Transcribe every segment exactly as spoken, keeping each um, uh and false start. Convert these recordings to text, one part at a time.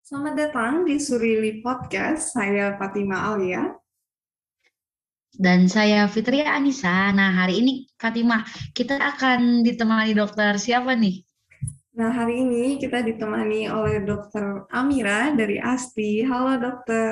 Selamat datang di Surili Podcast. Saya Fatima Alia. Dan saya Fitria Anissa. Nah, hari ini Fatimah, kita akan ditemani dokter siapa nih? Nah, hari ini kita ditemani oleh Dokter Amira dari ASTI. Halo dokter.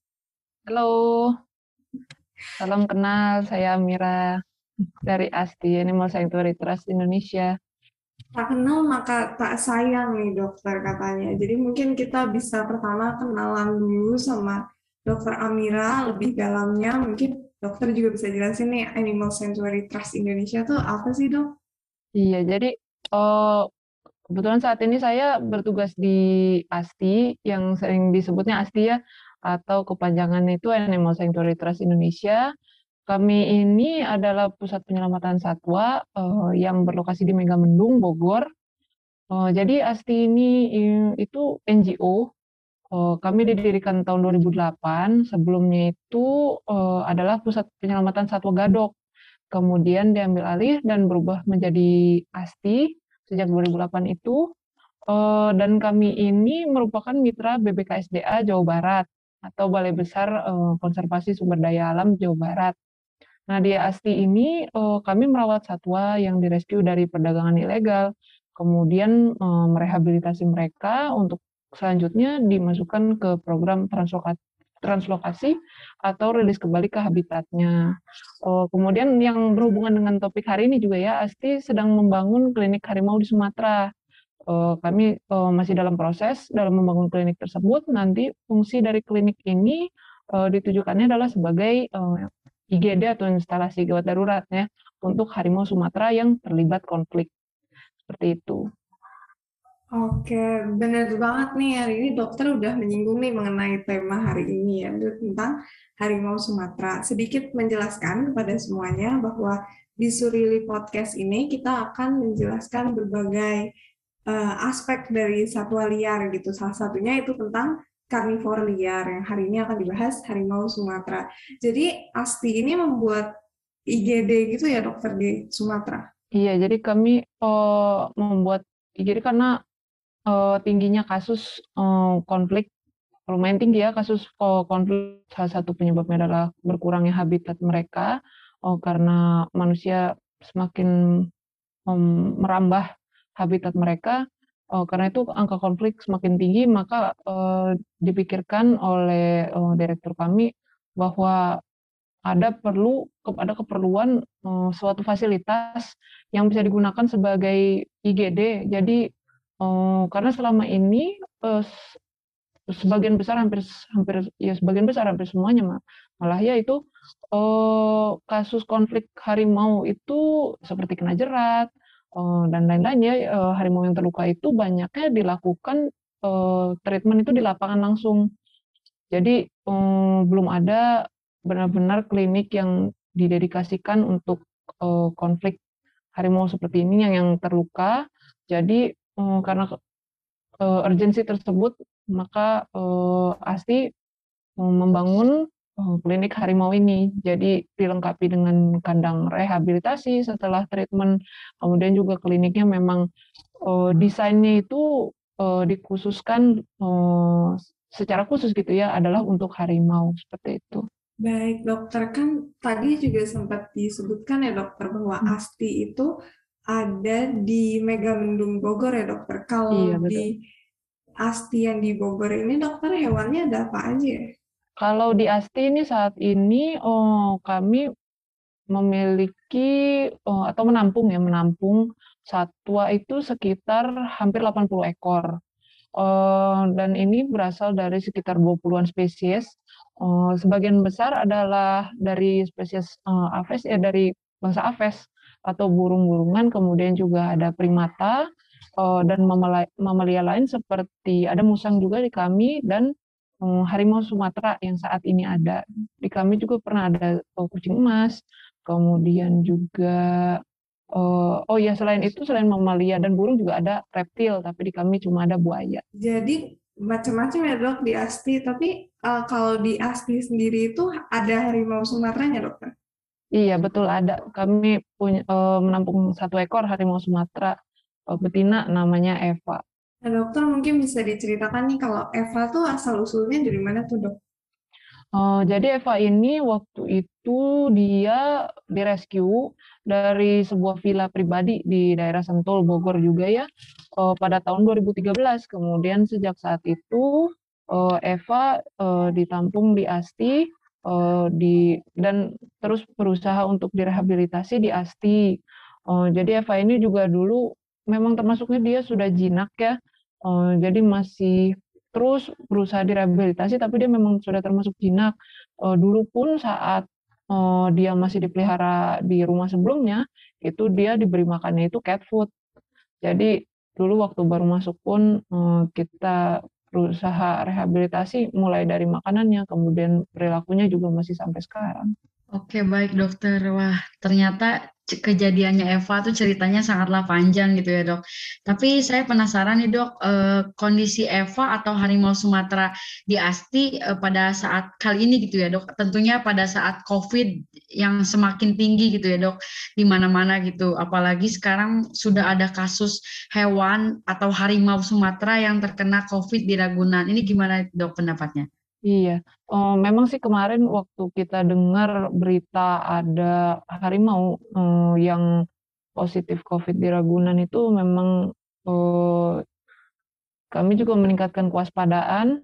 Halo, salam kenal. Saya Mira dari ASTI, Animal Sanctuary Trust Indonesia. Tak kenal maka tak sayang nih dokter katanya. Jadi mungkin kita bisa pertama kenalan dulu sama Dokter Amira lebih dalamnya. Mungkin dokter juga bisa jelasin nih Animal Sanctuary Trust Indonesia tuh apa sih dok? Iya, jadi oh, kebetulan saat ini saya bertugas di ASTI, yang sering disebutnya ASTI ya, atau kepanjangannya itu Animal Sanctuary Trust Indonesia. Kami ini adalah pusat penyelamatan satwa eh, yang berlokasi di Megamendung, Bogor. Eh, jadi ASTI ini i- itu N G O. Eh, kami didirikan tahun dua ribu delapan. Sebelumnya itu eh, adalah Pusat Penyelamatan Satwa Gadok. Kemudian diambil alih dan berubah menjadi ASTI sejak dua ribu delapan itu. Eh, dan kami ini merupakan mitra B B K S D A Jawa Barat atau Balai Besar eh, Konservasi Sumber Daya Alam Jawa Barat. Nah, di ASTI ini eh, kami merawat satwa yang direscue dari perdagangan ilegal, kemudian eh, merehabilitasi mereka untuk selanjutnya dimasukkan ke program transloka- translokasi atau rilis kembali ke habitatnya. Oh, kemudian yang berhubungan dengan topik hari ini juga ya, ASTI sedang membangun klinik harimau di Sumatera. Eh, kami eh, masih dalam proses dalam membangun klinik tersebut. Nanti fungsi dari klinik ini eh, ditujukannya adalah sebagai eh, I G D atau instalasi gawat darurat ya untuk harimau Sumatera yang terlibat konflik seperti itu. Oke, benar banget nih hari ini dokter udah menyinggung nih mengenai tema hari ini ya itu tentang harimau Sumatera. Sedikit menjelaskan kepada semuanya bahwa di Surili Podcast ini kita akan menjelaskan berbagai eh, aspek dari satwa liar gitu. Salah satunya itu tentang karnivor liar yang hari ini akan dibahas harimau Sumatera. Jadi ASTI ini membuat I G D gitu ya dokter di Sumatera. Iya, jadi kami eh, membuat jadi karena eh, tingginya kasus eh, konflik lumayan tinggi ya kasus eh, konflik, salah satu penyebabnya adalah berkurangnya habitat mereka eh, karena manusia semakin mem- merambah habitat mereka. Eh, karena itu angka konflik semakin tinggi, maka eh, dipikirkan oleh eh, direktur kami bahwa ada perlu ada keperluan eh, suatu fasilitas yang bisa digunakan sebagai I G D. Jadi eh, karena selama ini eh, sebagian besar hampir hampir ya sebagian besar hampir semuanya mah malah ya itu eh, kasus konflik harimau itu seperti kena jerat eh, dan lain-lainnya, eh, harimau yang terluka itu banyaknya dilakukan eh, treatment itu di lapangan langsung. Jadi eh, belum ada benar-benar klinik yang didedikasikan untuk eh, konflik harimau seperti ini yang yang terluka. Jadi eh, karena eh, urgensi tersebut, maka eh, ASTI eh, membangun eh, klinik harimau ini. Jadi dilengkapi dengan kandang rehabilitasi setelah treatment, kemudian juga kliniknya memang eh, desainnya itu eh, dikhususkan eh, secara khusus gitu ya, adalah untuk harimau seperti itu. Baik, dokter kan tadi juga sempat disebutkan ya dokter bahwa ASTI itu ada di Megamendung Bogor ya dokter. Kalau Iya di betul. ASTI yang di Bogor ini dokter hewannya ada apa aja ya? Kalau di ASTI ini saat ini oh, kami memiliki eh, atau menampung ya menampung satwa itu sekitar hampir delapan puluh ekor. Eh, dan ini berasal dari sekitar dua puluhan-an spesies. Eh, sebagian besar adalah dari spesies eh, aves ya dari bangsa aves atau burung-burungan, kemudian juga ada primata eh, dan mamalia, mamalia lain seperti ada musang juga di kami dan eh, harimau Sumatera yang saat ini ada. Di kami juga pernah ada eh, kucing emas, kemudian juga eh, oh ya selain itu selain mamalia dan burung juga ada reptil, tapi di kami cuma ada buaya. Jadi macam-macam ya dok di ASTI, tapi eh, kalau di ASTI sendiri itu ada harimau Sumateranya dokter. Iya betul ada. Kami punya eh, menampung satu ekor harimau Sumatera eh, betina namanya Eva. Nah, dokter mungkin bisa diceritakan nih kalau Eva tuh asal usulnya dari mana tuh dok? Eh, jadi Eva ini waktu itu dia direscue dari sebuah villa pribadi di daerah Sentul, Bogor juga ya, eh, pada tahun dua ribu tiga belas. Kemudian sejak saat itu eh, Eva eh, ditampung di ASTI eh, di dan terus berusaha untuk direhabilitasi di ASTI. Eh, jadi Eva ini juga dulu memang termasuknya dia sudah jinak ya, Eh, jadi masih terus berusaha direhabilitasi, tapi dia memang sudah termasuk jinak. Eh, dulu pun saat eh, dia masih dipelihara di rumah sebelumnya, itu dia diberi makannya itu cat food. Jadi dulu waktu baru masuk pun eh, kita berusaha rehabilitasi mulai dari makanannya, kemudian perilakunya juga masih sampai sekarang. Oke, baik dokter. Wah, ternyata c- kejadiannya Eva tuh ceritanya sangatlah panjang gitu ya dok. Tapi saya penasaran nih dok, eh, kondisi Eva atau harimau Sumatera di Asti eh, pada saat kali ini gitu ya dok. Tentunya pada saat COVID yang semakin tinggi gitu ya dok, di mana-mana gitu. Apalagi sekarang sudah ada kasus hewan atau harimau Sumatera yang terkena COVID di Ragunan. Ini gimana dok pendapatnya? Iya, eh, memang sih kemarin waktu kita dengar berita ada harimau eh, yang positif COVID di Ragunan itu memang eh, kami juga meningkatkan kewaspadaan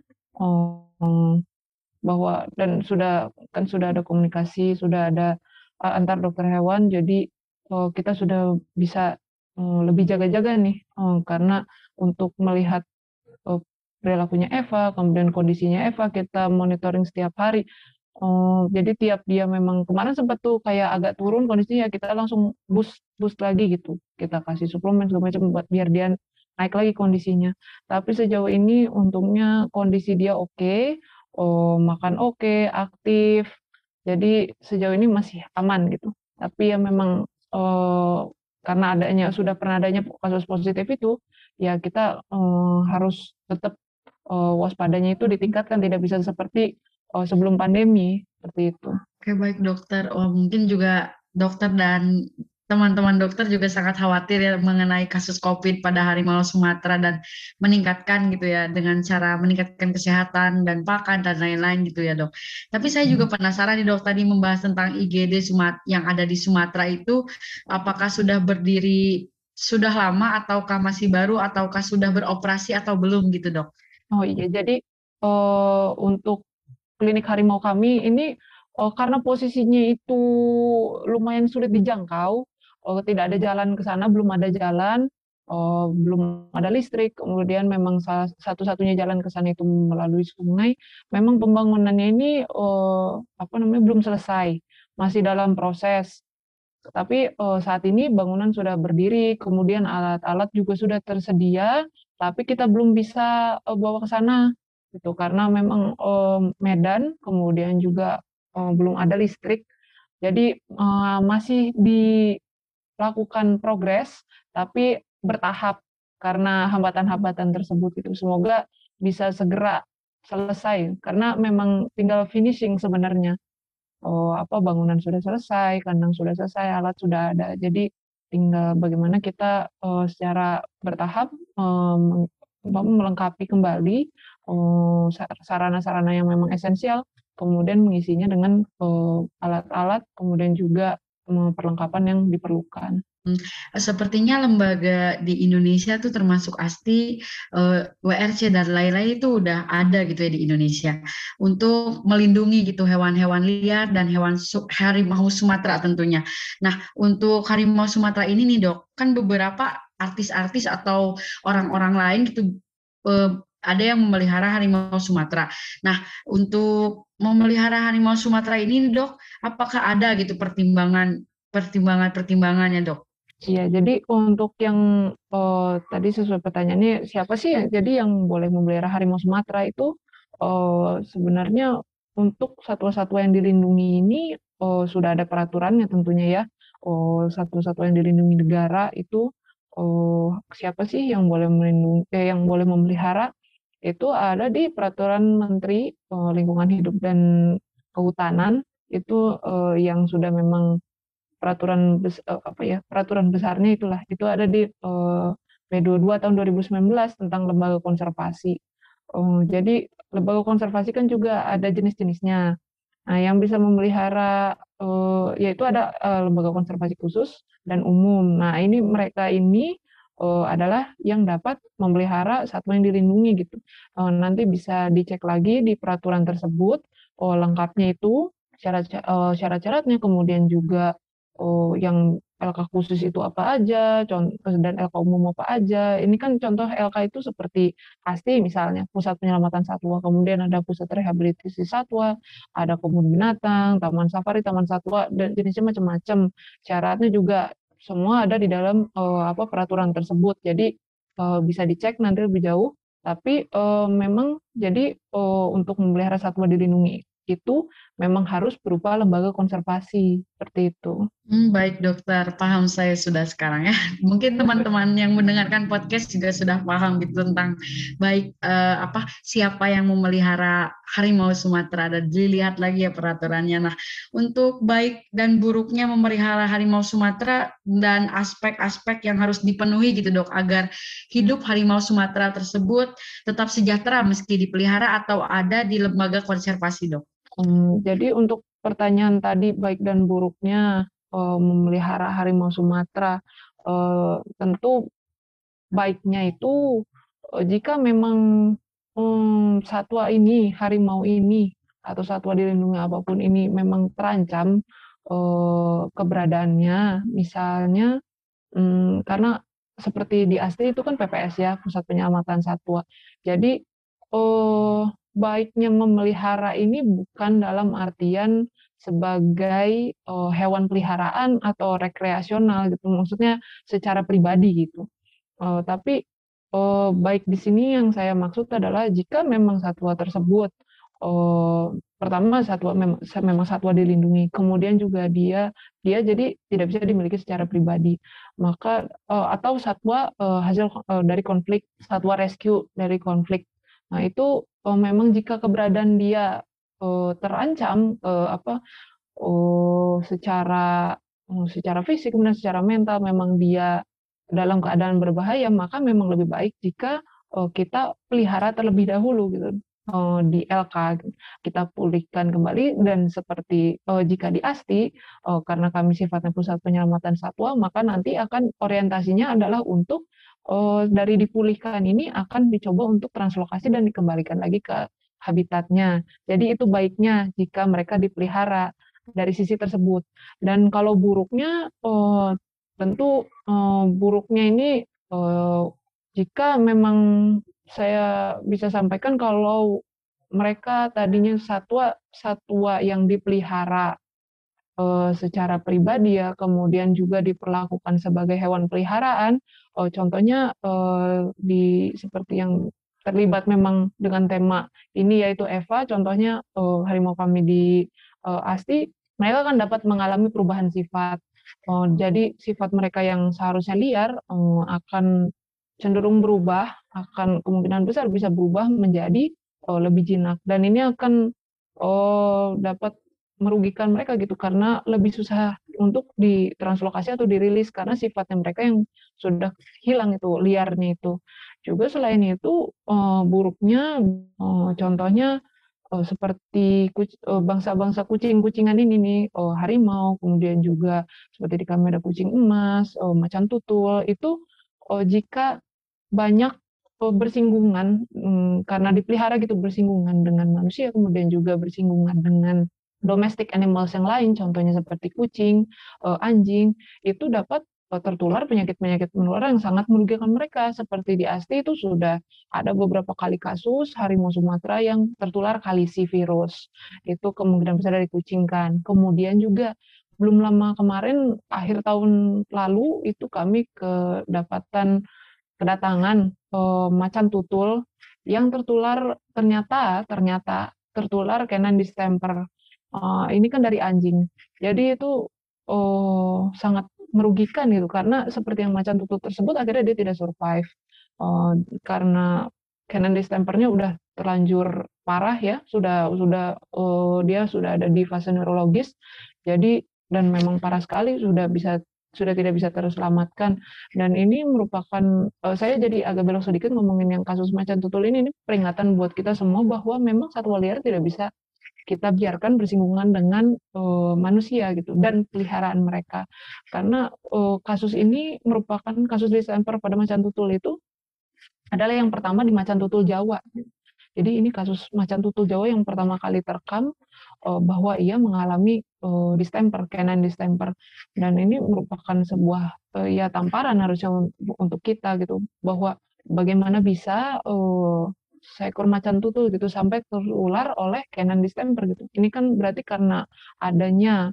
eh, bahwa dan sudah kan sudah ada komunikasi, sudah ada uh, antar dokter hewan, jadi uh, kita sudah bisa uh, lebih jaga-jaga nih, uh, karena untuk melihat uh, perilakunya Eva, kemudian kondisinya Eva kita monitoring setiap hari. Uh, jadi tiap dia memang kemarin sempat tuh kayak agak turun kondisinya, kita langsung boost boost lagi gitu, kita kasih suplemen segala macam buat biar dia naik lagi kondisinya. Tapi sejauh ini untungnya kondisi dia oke, oh, makan oke, aktif. Jadi sejauh ini masih aman gitu. Tapi ya memang eh, karena adanya sudah pernah adanya kasus positif itu, ya kita eh, harus tetap eh, waspadanya itu ditingkatkan, tidak bisa seperti eh, sebelum pandemi seperti itu. Oke, baik dokter. Oh, mungkin juga dokter dan teman-teman dokter juga sangat khawatir ya mengenai kasus COVID pada harimau Sumatera dan meningkatkan gitu ya dengan cara meningkatkan kesehatan dan pakan dan lain-lain gitu ya dok. Tapi saya juga penasaran nih dok tadi membahas tentang I G D Sumat yang ada di Sumatera itu apakah sudah berdiri sudah lama ataukah masih baru ataukah sudah beroperasi atau belum gitu dok? Oh iya, jadi eh, untuk klinik harimau kami ini eh, karena posisinya itu lumayan sulit dijangkau, eh, tidak ada jalan ke sana, belum ada jalan, eh, belum ada listrik, kemudian memang salah satu-satunya jalan ke sana itu melalui sungai. Memang pembangunannya ini eh, apa namanya belum selesai, masih dalam proses. Tapi eh, saat ini bangunan sudah berdiri, kemudian alat-alat juga sudah tersedia, tapi kita belum bisa eh, bawa ke sana gitu karena memang eh, Medan kemudian juga eh, belum ada listrik. Jadi eh, masih dilakukan progres tapi bertahap karena hambatan-hambatan tersebut itu. Semoga bisa segera selesai karena memang tinggal finishing sebenarnya. Oh, apa bangunan sudah selesai, kandang sudah selesai, alat sudah ada. Jadi tinggal bagaimana kita eh, secara bertahap eh, meng- apa, melengkapi kembali eh, sa- sarana-sarana yang memang esensial, kemudian mengisinya dengan eh, alat-alat, kemudian juga eh, perlengkapan yang diperlukan. Hmm, Sepertinya lembaga di Indonesia tuh termasuk ASTI, eh, W R C dan lain-lain itu udah ada gitu ya di Indonesia untuk melindungi gitu hewan-hewan liar dan hewan su- harimau Sumatera tentunya. Nah, untuk harimau Sumatera ini nih dok, kan beberapa artis-artis atau orang-orang lain gitu eh, ada yang memelihara harimau Sumatera. Nah, untuk memelihara harimau Sumatera ini nih, dok, apakah ada gitu pertimbangan pertimbangan-pertimbangannya dok? Iya, jadi untuk yang eh, tadi sesuai pertanyaannya siapa sih yang jadi yang boleh memelihara harimau Sumatera itu eh, sebenarnya untuk satwa-satwa yang dilindungi ini eh, sudah ada peraturannya tentunya ya. Oh, satwa-satwa yang dilindungi negara itu oh, siapa sih yang boleh melindungi eh, yang boleh memelihara itu ada di peraturan Menteri eh, Lingkungan Hidup dan Kehutanan itu eh, yang sudah memang peraturan bes- eh, apa ya peraturan besarnya itulah itu ada di eh, P dua puluh dua tahun dua ribu sembilan belas tentang lembaga konservasi. Oh, jadi lembaga konservasi kan juga ada jenis-jenisnya. Nah, yang bisa memelihara eh, yaitu ada eh, lembaga konservasi khusus dan umum. Nah, ini mereka ini eh, adalah yang dapat memelihara satwa yang dilindungi gitu. Eh, nanti bisa dicek lagi di peraturan tersebut oh, lengkapnya itu syarat eh, syarat-syaratnya, kemudian juga oh, yang L K khusus itu apa aja, contoh dan L K umum apa aja. Ini kan contoh L K itu seperti pasti misalnya pusat penyelamatan satwa, kemudian ada pusat rehabilitasi satwa, ada kebun binatang, taman safari, taman satwa, dan jenisnya macam-macam. Syaratnya juga semua ada di dalam uh, apa peraturan tersebut. Jadi uh, bisa dicek nanti lebih jauh. Tapi uh, memang jadi uh, untuk memelihara satwa dilindungi itu memang harus berupa lembaga konservasi seperti itu. Hmm, baik dokter, paham saya sudah sekarang ya. Mungkin teman-teman yang mendengarkan podcast juga sudah paham gitu tentang baik eh, apa siapa yang memelihara harimau Sumatera, dan dilihat lagi ya peraturannya. Nah, untuk baik dan buruknya memelihara harimau Sumatera dan aspek-aspek yang harus dipenuhi gitu dok, agar hidup harimau Sumatera tersebut tetap sejahtera meski dipelihara atau ada di lembaga konservasi dok. Hmm, jadi untuk pertanyaan tadi baik dan buruknya eh, memelihara harimau Sumatera, eh, tentu baiknya itu eh, jika memang hmm, satwa ini, harimau ini, atau satwa dilindungi apapun ini memang terancam eh, keberadaannya, misalnya hmm, karena seperti di ASTI itu kan P P S ya, Pusat Penyelamatan Satwa. Jadi eh, baiknya memelihara ini bukan dalam artian sebagai eh, hewan peliharaan atau rekreasional gitu, maksudnya secara pribadi gitu. Eh, tapi eh, baik di sini yang saya maksud adalah jika memang satwa tersebut eh, pertama satwa mem- memang satwa dilindungi, kemudian juga dia dia jadi tidak bisa dimiliki secara pribadi, maka eh, atau satwa eh, hasil eh, dari konflik, satwa rescue dari konflik. Nah itu eh, memang jika keberadaan dia eh, terancam eh, apa oh, secara oh, secara fisik kemudian secara mental memang dia dalam keadaan berbahaya, maka memang lebih baik jika eh, kita pelihara terlebih dahulu gitu eh, di L K gitu. Kita pulihkan kembali, dan seperti eh, jika di ASTI eh, karena kami sifatnya pusat penyelamatan satwa, maka nanti akan orientasinya adalah untuk eh, dari dipulihkan ini akan dicoba untuk translokasi dan dikembalikan lagi ke habitatnya. Jadi itu baiknya jika mereka dipelihara dari sisi tersebut. Dan kalau buruknya, eh, tentu eh, buruknya ini eh, jika memang saya bisa sampaikan kalau mereka tadinya satwa satwa yang dipelihara eh, secara pribadi ya, kemudian juga diperlakukan sebagai hewan peliharaan. Eh, contohnya eh, di seperti yang terlibat memang dengan tema ini yaitu Eva, contohnya eh, harimau kami di eh, ASTI, mereka kan dapat mengalami perubahan sifat. Eh, jadi sifat mereka yang seharusnya liar eh, akan cenderung berubah, akan kemungkinan besar bisa berubah menjadi eh, lebih jinak. Dan ini akan oh, dapat merugikan mereka gitu karena lebih susah untuk ditranslokasi atau dirilis karena sifatnya mereka yang sudah hilang itu, liarnya itu. Juga selain itu eh, buruknya eh, contohnya eh, seperti kuc- eh, bangsa-bangsa kucing-kucingan ini nih, eh, harimau, kemudian juga seperti di kami ada kucing emas, eh, macan tutul, itu eh, jika banyak eh, bersinggungan mm, karena dipelihara gitu, bersinggungan dengan manusia, kemudian juga bersinggungan dengan domestic animals yang lain, contohnya seperti kucing, eh, anjing, itu dapat eh, tertular penyakit-penyakit menular yang sangat merugikan mereka. Seperti di ASTI itu sudah ada beberapa kali kasus harimau Sumatera yang tertular kalisi virus. Itu kemungkinan besar dari kucing kan. Kemudian juga belum lama kemarin, akhir tahun lalu, itu kami kedapatan kedatangan eh, macan tutul yang tertular, ternyata ternyata tertular canine distemper. Eh, ini kan dari anjing. Jadi itu oh, sangat merugikan gitu karena seperti yang macan tutul tersebut akhirnya dia tidak survive. Eh, karena canine distempernya udah terlanjur parah ya, sudah sudah eh, dia sudah ada di fase neurologis. Jadi dan memang parah sekali, sudah bisa sudah tidak bisa terselamatkan. Dan ini merupakan, uh, saya jadi agak belok sedikit ngomongin yang kasus macan tutul ini, ini peringatan buat kita semua bahwa memang satwa liar tidak bisa kita biarkan bersinggungan dengan uh, manusia gitu dan peliharaan mereka. Karena uh, kasus ini merupakan kasus distemper pada macan tutul itu adalah yang pertama di macan tutul Jawa. Jadi ini kasus macan tutul Jawa yang pertama kali terekam uh, bahwa ia mengalami uh, distemper, canine distemper, dan ini merupakan sebuah uh, ya tamparan harusnya untuk, untuk kita gitu, bahwa bagaimana bisa uh, seekor macan tutul gitu sampai tertular oleh canine distemper gitu. Ini kan berarti karena adanya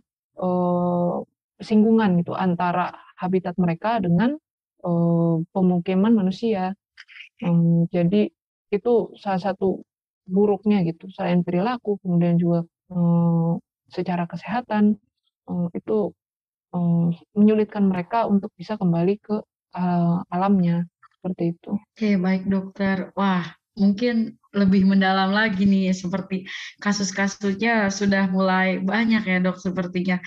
uh, singgungan gitu antara habitat mereka dengan uh, pemukiman manusia. Hmm, jadi itu salah satu buruknya gitu, selain perilaku, kemudian juga eh, secara kesehatan eh, itu eh, menyulitkan mereka untuk bisa kembali ke eh, alamnya seperti itu. Oke, baik dokter. Wah, mungkin lebih mendalam lagi nih, seperti kasus-kasusnya sudah mulai banyak ya dok sepertinya.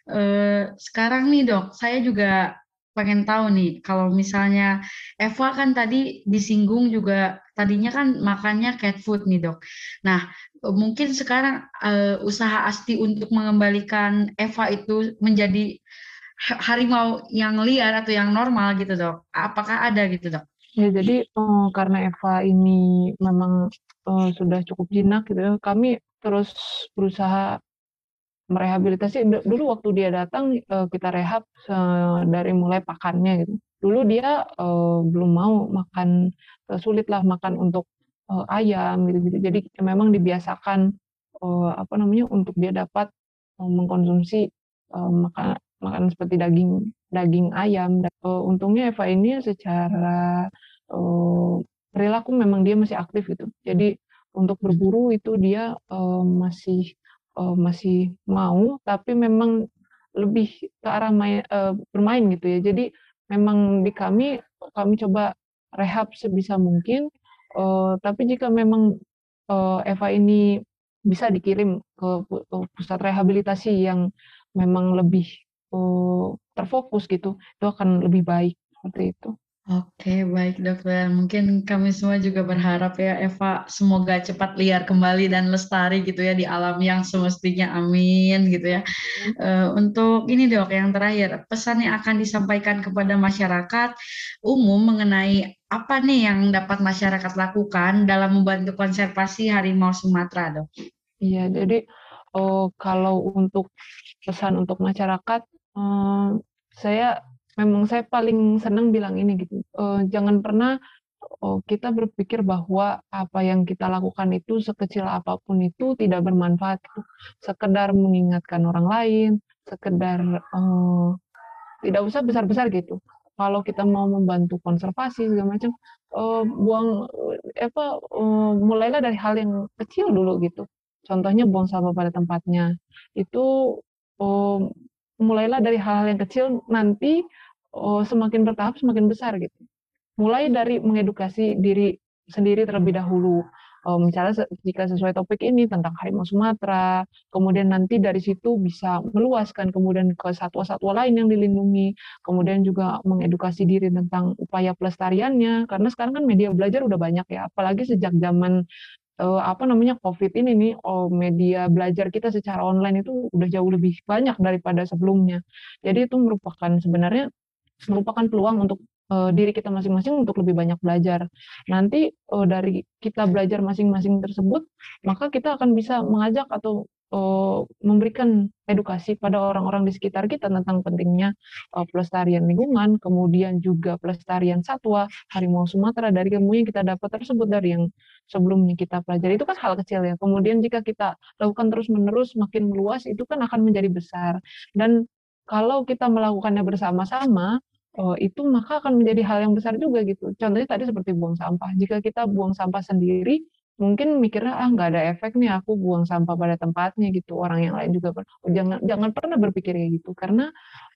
Eh, sekarang nih dok, saya juga pengen tahu nih, kalau misalnya Eva kan tadi disinggung juga, tadinya kan makannya cat food nih dok. Nah, eh, mungkin sekarang eh, usaha Asti untuk mengembalikan Eva itu menjadi ha- harimau yang liar atau yang normal gitu dok. Apakah ada gitu dok? Ya, jadi eh, karena Eva ini memang eh, sudah cukup jinak gitu ya, kami terus berusaha merehabilitasi. D- dulu waktu dia datang eh, kita rehab eh, dari mulai pakannya gitu. Dulu dia eh, belum mau makan, eh, sulit lah makan untuk eh, ayam gitu-gitu. Jadi memang dibiasakan eh, apa namanya untuk dia dapat eh, mengkonsumsi eh, makan makanan seperti daging daging ayam. Dan, eh, untungnya Eva ini secara eh, perilaku memang dia masih aktif gitu. Jadi untuk berburu itu dia eh, masih eh, masih mau, tapi memang lebih ke arah main, eh, bermain gitu ya. Jadi memang di kami kami coba rehab sebisa mungkin. eh, tapi jika memang eh, Eva ini bisa dikirim ke, pu- ke pusat rehabilitasi yang memang lebih eh, terfokus gitu, itu akan lebih baik seperti itu. Oke, baik dokter. Mungkin kami semua juga berharap ya Eva semoga cepat liar kembali dan lestari gitu ya di alam yang semestinya. Amin gitu ya. Eh, untuk ini dok, yang terakhir, pesan yang akan disampaikan kepada masyarakat umum mengenai apa nih yang dapat masyarakat lakukan dalam membantu konservasi harimau Sumatera dok? Iya, jadi eh, kalau untuk pesan untuk masyarakat, eh, saya memang saya paling senang bilang ini gitu, eh, jangan pernah oh, kita berpikir bahwa apa yang kita lakukan itu sekecil apapun itu tidak bermanfaat, gitu. Sekedar mengingatkan orang lain, sekedar eh, tidak usah besar-besar gitu. Kalau kita mau membantu konservasi segala macam, eh, buang eh, apa eh, mulailah dari hal yang kecil dulu gitu. Contohnya buang sampah pada tempatnya. Itu eh, mulailah dari hal-hal yang kecil, nanti eh, semakin bertahap semakin besar gitu. Mulai dari mengedukasi diri sendiri terlebih dahulu. Eh, misalnya se- jika sesuai topik ini tentang harimau Sumatera, kemudian nanti dari situ bisa meluaskan kemudian ke satwa-satwa lain yang dilindungi, kemudian juga mengedukasi diri tentang upaya pelestariannya, karena sekarang kan media belajar udah banyak ya, apalagi sejak zaman eh, apa namanya COVID ini nih, oh, media belajar kita secara online itu udah jauh lebih banyak daripada sebelumnya. Jadi itu merupakan sebenarnya merupakan peluang untuk eh, diri kita masing-masing untuk lebih banyak belajar. Nanti eh, dari kita belajar masing-masing tersebut, maka kita akan bisa mengajak atau eh, memberikan edukasi pada orang-orang di sekitar kita tentang pentingnya eh, pelestarian lingkungan, kemudian juga pelestarian satwa, harimau Sumatera dari ilmu yang kita dapat tersebut dari yang sebelumnya kita pelajari. Itu kan hal kecil ya. Kemudian jika kita lakukan terus-menerus makin meluas, itu kan akan menjadi besar. Dan kalau kita melakukannya bersama-sama, oh, itu maka akan menjadi hal yang besar juga gitu. Contohnya tadi seperti buang sampah. Jika kita buang sampah sendiri, mungkin mikirnya ah nggak ada efek nih aku buang sampah pada tempatnya gitu. Orang yang lain juga ber- oh, jangan jangan pernah berpikir kayak gitu karena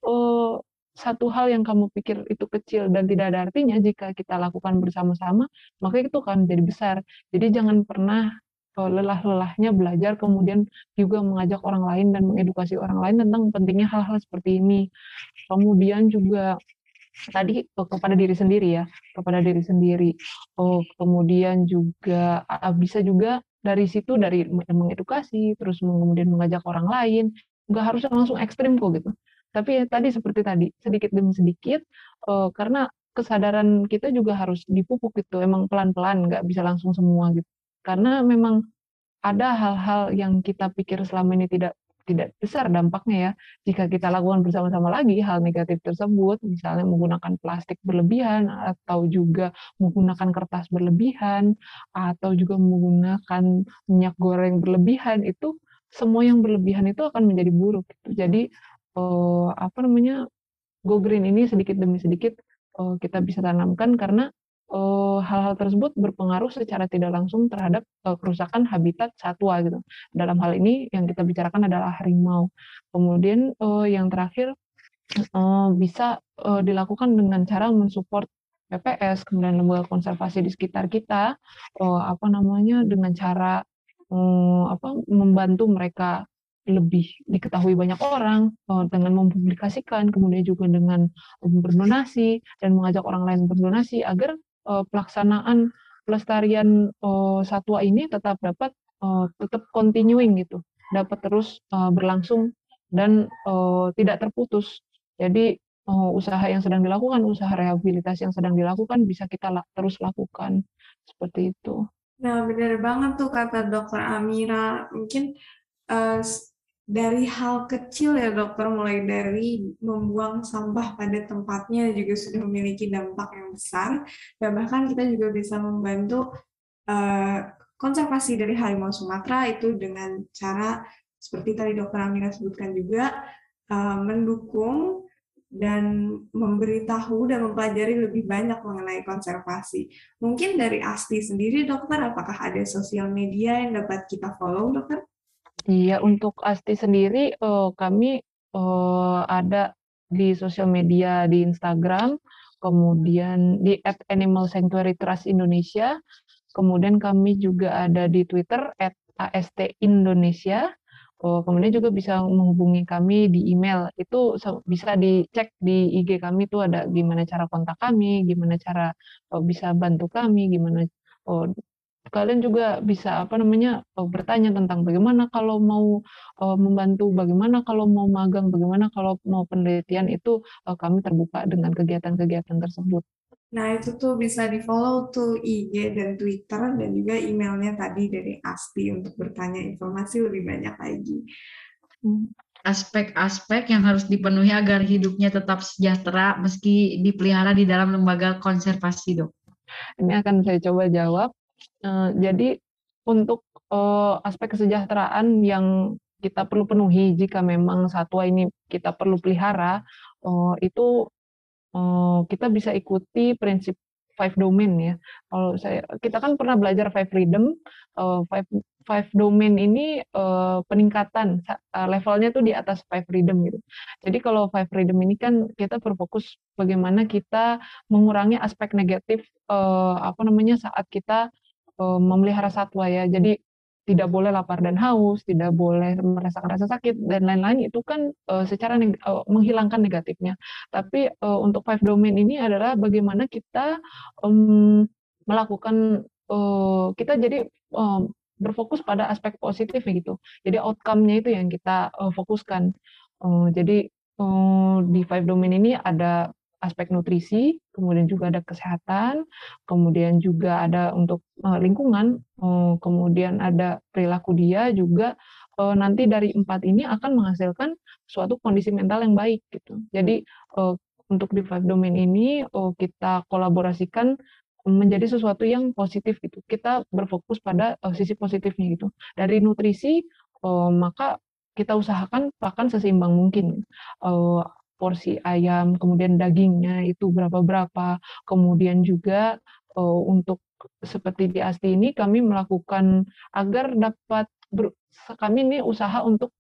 oh, satu hal yang kamu pikir itu kecil dan tidak ada artinya jika kita lakukan bersama-sama, maka itu akan menjadi besar. Jadi jangan pernah uh, lelah-lelahnya belajar, kemudian juga mengajak orang lain dan mengedukasi orang lain tentang pentingnya hal-hal seperti ini. Kemudian juga tadi uh, kepada diri sendiri ya, kepada diri sendiri. Oh, kemudian juga uh, bisa juga dari situ, dari mengedukasi, terus kemudian mengajak orang lain, nggak harus langsung ekstrim kok gitu. Tapi ya tadi seperti tadi, sedikit demi sedikit, uh, karena kesadaran kita juga harus dipupuk gitu, emang pelan-pelan, nggak bisa langsung semua gitu. Karena memang ada hal-hal yang kita pikir selama ini tidak tidak besar dampaknya ya, jika kita lakukan bersama-sama lagi hal negatif tersebut, misalnya menggunakan plastik berlebihan, atau juga menggunakan kertas berlebihan, atau juga menggunakan minyak goreng berlebihan, itu semua yang berlebihan itu akan menjadi buruk gitu. Jadi eh, apa namanya, Go Green ini sedikit demi sedikit eh, kita bisa tanamkan, karena eh, hal-hal tersebut berpengaruh secara tidak langsung terhadap eh, kerusakan habitat satwa gitu. Dalam hal ini yang kita bicarakan adalah harimau. Kemudian eh, yang terakhir eh, bisa eh, dilakukan dengan cara mensupport P P S, kemudian lembaga konservasi di sekitar kita, eh, apa namanya, dengan cara eh, apa membantu mereka lebih diketahui banyak orang, eh, dengan mempublikasikan, kemudian juga dengan berdonasi dan mengajak orang lain berdonasi agar eh, pelaksanaan pelestarian eh, satwa ini tetap dapat eh, tetap continuing gitu, dapat terus eh, berlangsung dan eh, tidak terputus. Jadi eh, usaha yang sedang dilakukan, usaha rehabilitasi yang sedang dilakukan bisa kita la- terus lakukan seperti itu. Nah, benar banget tuh kata dokter Amira. Mungkin eh, s- dari hal kecil ya dokter, mulai dari membuang sampah pada tempatnya juga sudah memiliki dampak yang besar. Dan bahkan kita juga bisa membantu eh, konservasi dari harimau Sumatera itu dengan cara seperti tadi dokter Amira sebutkan juga, eh, mendukung dan memberitahu dan mempelajari lebih banyak mengenai konservasi. Mungkin dari Asti sendiri, dokter, apakah ada sosial media yang dapat kita follow, dokter? Iya, untuk Asti sendiri, eh, kami eh, ada di sosial media di Instagram, kemudian di at Animal Sanctuary Trust Indonesia, kemudian kami juga ada di Twitter at A S T Indonesia. Oh, kemudian juga bisa menghubungi kami di email. Itu se- bisa dicek di I G kami tuh ada gimana cara kontak kami, gimana cara eh, bisa bantu kami, gimana oh, kalian juga bisa apa namanya eh, bertanya tentang bagaimana kalau mau eh, membantu, bagaimana kalau mau magang, bagaimana kalau mau penelitian, itu eh, kami terbuka dengan kegiatan-kegiatan tersebut. Nah, itu tuh bisa di-follow tuh I G dan Twitter dan juga emailnya tadi dari Asti untuk bertanya informasi lebih banyak lagi. Hmm. Aspek-aspek yang harus dipenuhi agar hidupnya tetap sejahtera meski dipelihara di dalam lembaga konservasi, dok. Ini akan saya coba jawab. Eh, jadi untuk eh, aspek kesejahteraan yang kita perlu penuhi jika memang satwa ini kita perlu pelihara, eh, itu eh, kita bisa ikuti prinsip five domain ya. Kalau saya, kita kan pernah belajar five freedom, eh, five five domain ini eh, peningkatan sa- eh, levelnya tuh di atas five freedom gitu. Jadi kalau five freedom ini kan kita berfokus bagaimana kita mengurangi aspek negatif eh, apa namanya saat kita eh, memelihara satwa ya. Jadi tidak boleh lapar dan haus, tidak boleh merasakan rasa sakit dan lain-lain, itu kan eh, secara neg- eh, menghilangkan negatifnya. Tapi eh, untuk five domain ini adalah bagaimana kita em, melakukan eh, kita jadi em, berfokus pada aspek positif gitu. Jadi outcome-nya itu yang kita eh, fokuskan. Eh, jadi eh, di five domain ini ada aspek nutrisi, kemudian juga ada kesehatan, kemudian juga ada untuk eh, lingkungan, eh, kemudian ada perilaku dia juga, eh, nanti dari empat ini akan menghasilkan suatu kondisi mental yang baik gitu. Jadi eh, untuk di five domain ini eh, kita kolaborasikan menjadi sesuatu yang positif gitu. Kita berfokus pada eh, sisi positifnya gitu. Dari nutrisi eh, maka kita usahakan bahkan seseimbang mungkin. Eh, porsi ayam, kemudian dagingnya itu berapa-berapa, kemudian juga eh, untuk seperti di Asti ini kami melakukan agar dapat ber, kami ini usaha untuk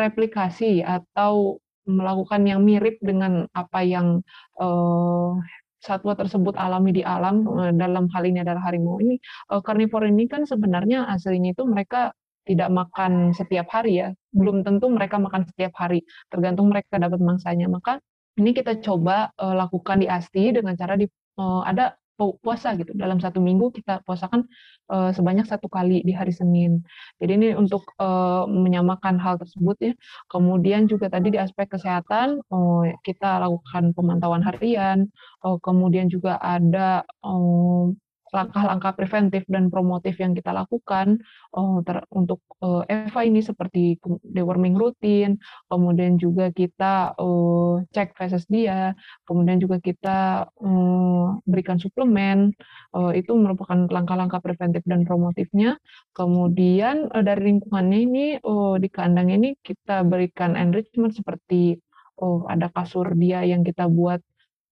mereplikasi atau melakukan yang mirip dengan apa yang eh, satwa tersebut alami di alam, uh, dalam hal ini adalah harimau ini, uh, karnivor ini kan sebenarnya aslinya itu mereka tidak makan setiap hari ya, belum tentu mereka makan setiap hari, tergantung mereka dapat mangsanya. Maka ini kita coba uh, lakukan di Asti dengan cara di uh, ada puasa gitu, dalam satu minggu kita puasakan uh, sebanyak satu kali di hari Senin. Jadi ini untuk uh, menyamakan hal tersebut ya. Kemudian juga tadi di aspek kesehatan uh, kita lakukan pemantauan harian, uh, kemudian juga ada uh, langkah-langkah preventif dan promotif yang kita lakukan uh, ter, untuk uh, Eva ini seperti deworming rutin, kemudian juga kita uh, cek feses dia, kemudian juga kita uh, berikan suplemen, uh, itu merupakan langkah-langkah preventif dan promotifnya. Kemudian uh, dari lingkungannya ini uh, di kandang ini kita berikan enrichment seperti uh, ada kasur dia yang kita buat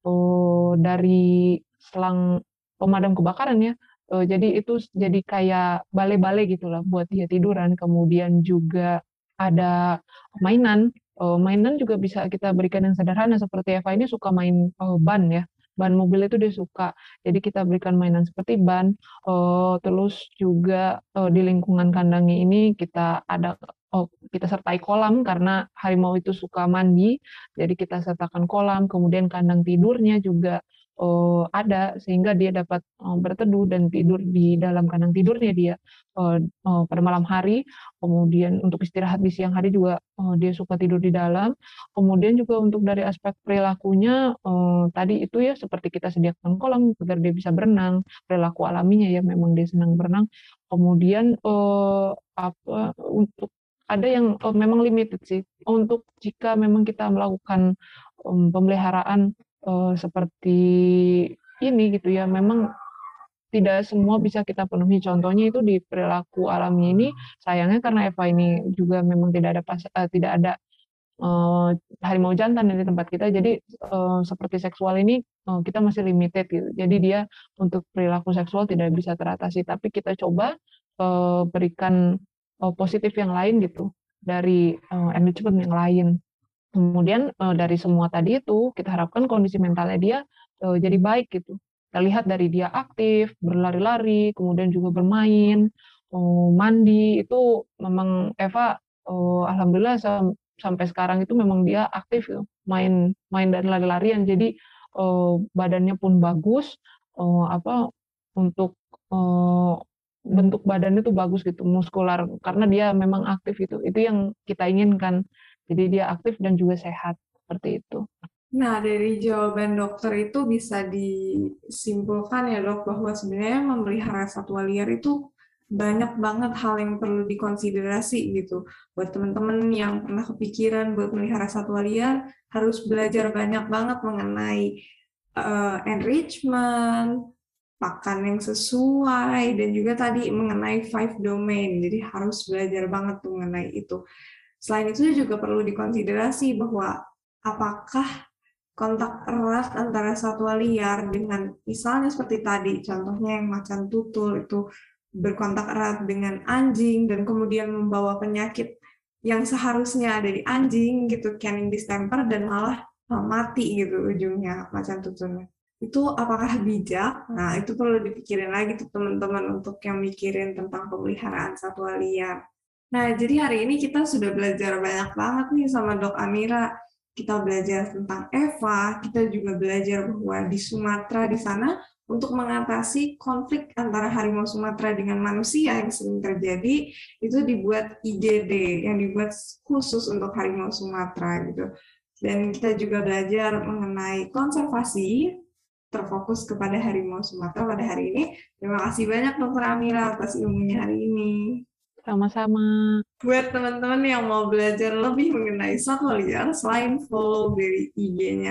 uh, dari selang pemadam kebakaran ya. Uh, jadi itu jadi kayak balai-balai gitulah buat dia tiduran. Kemudian juga ada mainan. Uh, mainan juga bisa kita berikan yang sederhana seperti Eva ini suka main uh, ban ya. Ban mobil itu dia suka. Jadi kita berikan mainan seperti ban. Uh, terus juga uh, di lingkungan kandangnya ini kita ada oh, kita sertai kolam karena harimau itu suka mandi. Jadi kita sertakan kolam. Kemudian kandang tidurnya juga uh, ada sehingga dia dapat uh, berteduh dan tidur di dalam kandang tidurnya dia uh, uh, pada malam hari. Kemudian untuk istirahat di siang hari juga uh, dia suka tidur di dalam. Kemudian juga untuk dari aspek perilakunya uh, tadi itu ya seperti kita sediakan kolam agar dia bisa berenang, perilaku alaminya ya memang dia senang berenang. Kemudian uh, apa untuk ada yang uh, memang limited sih untuk jika memang kita melakukan um, pemeliharaan uh, seperti ini gitu ya, memang tidak semua bisa kita penuhi. Contohnya itu di perilaku alami ini, sayangnya karena Eva ini juga memang tidak ada pas, uh, tidak ada uh, harimau jantan di tempat kita, jadi uh, seperti seksual ini uh, kita masih limited gitu. Jadi dia untuk perilaku seksual tidak bisa teratasi, tapi kita coba uh, berikan uh, positif yang lain gitu dari uh, enrichment yang lain. Kemudian uh, dari semua tadi itu kita harapkan kondisi mentalnya dia uh, jadi baik gitu. Kita lihat dari dia aktif, berlari-lari, kemudian juga bermain, uh, mandi, itu memang Eva uh, alhamdulillah sam sampai sekarang itu memang dia aktif gitu, main main dan lari-larian. Jadi uh, badannya pun bagus, uh, apa untuk uh, bentuk badannya tuh bagus gitu, muskular karena dia memang aktif gitu. Itu yang kita inginkan. Jadi dia aktif dan juga sehat, seperti itu. Nah, dari jawaban dokter itu bisa disimpulkan ya dok, bahwa sebenarnya memelihara satwa liar itu banyak banget hal yang perlu dikonsiderasi gitu. Buat teman-teman yang pernah kepikiran buat melihara satwa liar, harus belajar banyak banget mengenai uh, enrichment, pakan yang sesuai, dan juga tadi mengenai five domain. Jadi harus belajar banget tuh mengenai itu. Selain itu juga perlu dikonsiderasi bahwa apakah kontak erat antara satwa liar dengan misalnya seperti tadi contohnya yang macan tutul itu berkontak erat dengan anjing dan kemudian membawa penyakit yang seharusnya ada di anjing gitu, canine distemper, dan malah mati gitu ujungnya macan tutulnya. Itu apakah bijak? Nah, itu perlu dipikirin lagi tuh teman-teman untuk yang mikirin tentang pemeliharaan satwa liar. Nah, jadi hari ini kita sudah belajar banyak banget nih sama Dok Amira. Kita belajar tentang Eva, kita juga belajar bahwa di Sumatera di sana untuk mengatasi konflik antara harimau Sumatera dengan manusia yang sering terjadi, itu dibuat I G D yang dibuat khusus untuk harimau Sumatera gitu. Dan kita juga belajar mengenai konservasi terfokus kepada harimau Sumatera pada hari ini. Terima kasih banyak Dokter Amira atas ilmunya hari ini. Sama-sama. Buat teman-teman yang mau belajar lebih mengenai satwa liar, selain follow dari I G-nya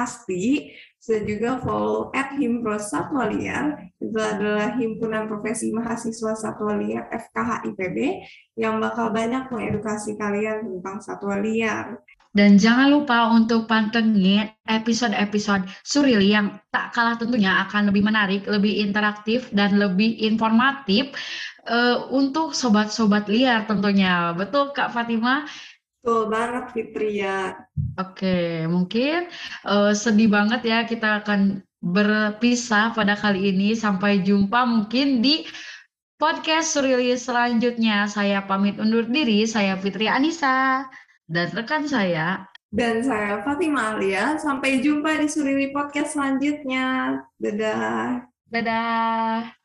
Asti, saya juga follow at Himpros Satwa Liar. Itu adalah himpunan profesi mahasiswa satwa liar F K H I P B yang bakal banyak mengedukasi kalian tentang satwa liar. Dan jangan lupa untuk pantengin episode-episode Surili yang tak kalah tentunya akan lebih menarik, lebih interaktif, dan lebih informatif uh, untuk sobat-sobat liar tentunya. Betul Kak Fatima? Betul banget Fitria. Oke, mungkin uh, sedih banget ya kita akan berpisah pada kali ini. Sampai jumpa mungkin di podcast Surili selanjutnya. Saya pamit undur diri, saya Fitri Anissa dan rekan saya. Dan saya Fatima Alia. Sampai jumpa di Surili Podcast selanjutnya. Dadah. Dadah.